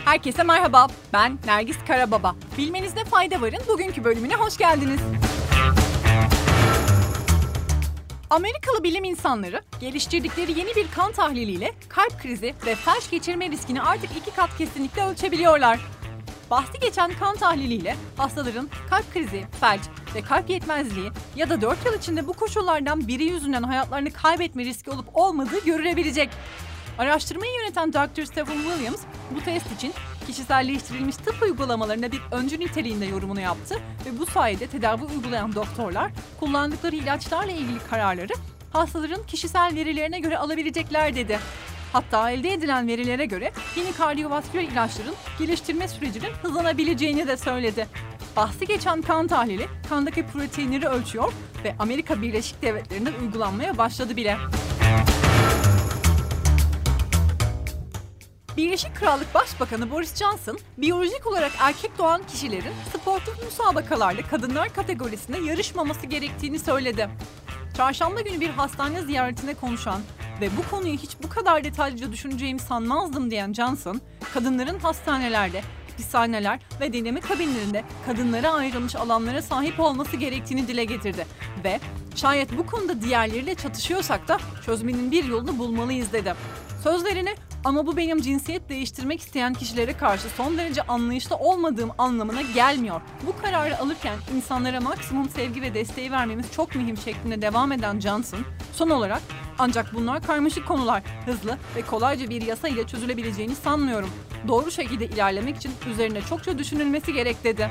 Herkese merhaba, ben Nergis Karababa. Bilmenizde fayda varın bugünkü bölümüne hoş geldiniz. Amerikalı bilim insanları geliştirdikleri yeni bir kan tahliliyle kalp krizi ve felç geçirme riskini artık 2 kat kesinlikle ölçebiliyorlar. Bahsi geçen kan tahliliyle hastaların kalp krizi, felç ve kalp yetmezliği ya da 4 yıl içinde bu koşullardan biri yüzünden hayatlarını kaybetme riski olup olmadığı görülebilecek. Araştırmayı yöneten Dr. Stephen Williams bu test için kişiselleştirilmiş tıp uygulamalarına bir öncü niteliğinde yorumunu yaptı ve bu sayede tedavi uygulayan doktorlar kullandıkları ilaçlarla ilgili kararları hastaların kişisel verilerine göre alabilecekler dedi. Hatta elde edilen verilere göre yeni kardiyovasküler ilaçların geliştirme sürecinin hızlanabileceğini de söyledi. Bahsi geçen kan tahlili kandaki proteinleri ölçüyor ve Amerika Birleşik Devletleri'nde uygulanmaya başladı bile. Birleşik Krallık Başbakanı Boris Johnson, biyolojik olarak erkek doğan kişilerin sportif müsabakalarda kadınlar kategorisinde yarışmaması gerektiğini söyledi. Çarşamba günü bir hastane ziyaretine konuşan ve bu konuyu hiç bu kadar detaylıca düşüneceğimi sanmazdım diyen Johnson, kadınların hastanelerde, hapishaneler ve deneme kabinlerinde kadınlara ayrılmış alanlara sahip olması gerektiğini dile getirdi ve şayet bu konuda diğerleriyle çatışıyorsak da çözmenin bir yolunu bulmalıyız dedi. Sözlerini "Ama bu benim cinsiyet değiştirmek isteyen kişilere karşı son derece anlayışlı olmadığım anlamına gelmiyor. Bu kararı alırken insanlara maksimum sevgi ve desteği vermemiz çok mühim" şeklinde devam eden Johnson, son olarak "Ancak bunlar karmaşık konular, hızlı ve kolayca bir yasa ile çözülebileceğini sanmıyorum. Doğru şekilde ilerlemek için üzerine çokça düşünülmesi gerek" dedi.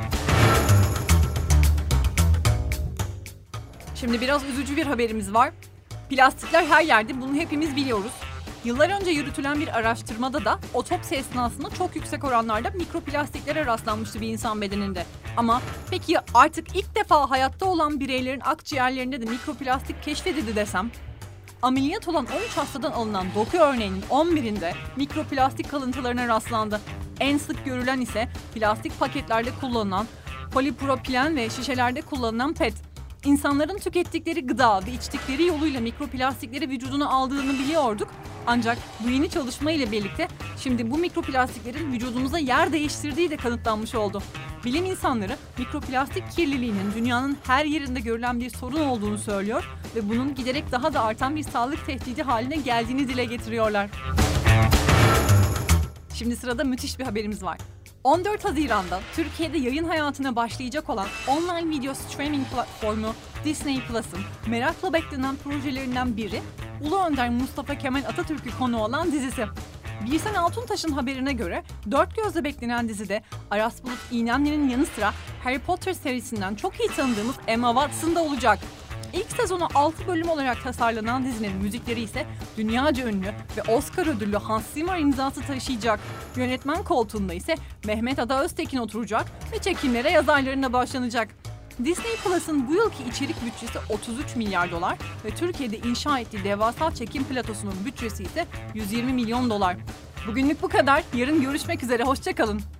Şimdi biraz üzücü bir haberimiz var. Plastikler her yerde, bunu hepimiz biliyoruz. Yıllar önce yürütülen bir araştırmada da otopsi esnasında çok yüksek oranlarda mikroplastiklere rastlanmıştı bir insan bedeninde. Ama peki artık ilk defa hayatta olan bireylerin akciğerlerinde de mikroplastik keşfedildi desem? Ameliyat olan 13 hastadan alınan doku örneğinin 11'inde mikroplastik kalıntılarına rastlandı. En sık görülen ise plastik paketlerde kullanılan polipropilen ve şişelerde kullanılan PET. İnsanların tükettikleri gıda ve içtikleri yoluyla mikroplastikleri vücuduna aldığını biliyorduk. Ancak bu yeni çalışma ile birlikte şimdi bu mikroplastiklerin vücudumuza yer değiştirdiği de kanıtlanmış oldu. Bilim insanları mikroplastik kirliliğinin dünyanın her yerinde görülen bir sorun olduğunu söylüyor ve bunun giderek daha da artan bir sağlık tehdidi haline geldiğini dile getiriyorlar. Şimdi sırada müthiş bir haberimiz var. 14 Haziran'da Türkiye'de yayın hayatına başlayacak olan online video streaming platformu Disney Plus'ın merakla beklenen projelerinden biri, Ulu Önder Mustafa Kemal Atatürk'ü konu olan dizisi. Birsen Altuntaş'ın haberine göre dört gözle beklenen dizide Aras Bulut İynemli'nin yanı sıra Harry Potter serisinden çok iyi tanıdığımız Emma Watson da olacak. İlk sezonu 6 bölüm olarak tasarlanan dizinin müzikleri ise dünyaca ünlü ve Oscar ödüllü Hans Zimmer imzası taşıyacak. Yönetmen koltuğunda ise Mehmet Ada Öztekin oturacak ve çekimlere yaz aylarında başlanacak. Disney Plus'ın bu yılki içerik bütçesi 33 milyar dolar ve Türkiye'de inşa ettiği devasa çekim platosunun bütçesi ise 120 milyon dolar. Bugünlük bu kadar. Yarın görüşmek üzere. Hoşça kalın.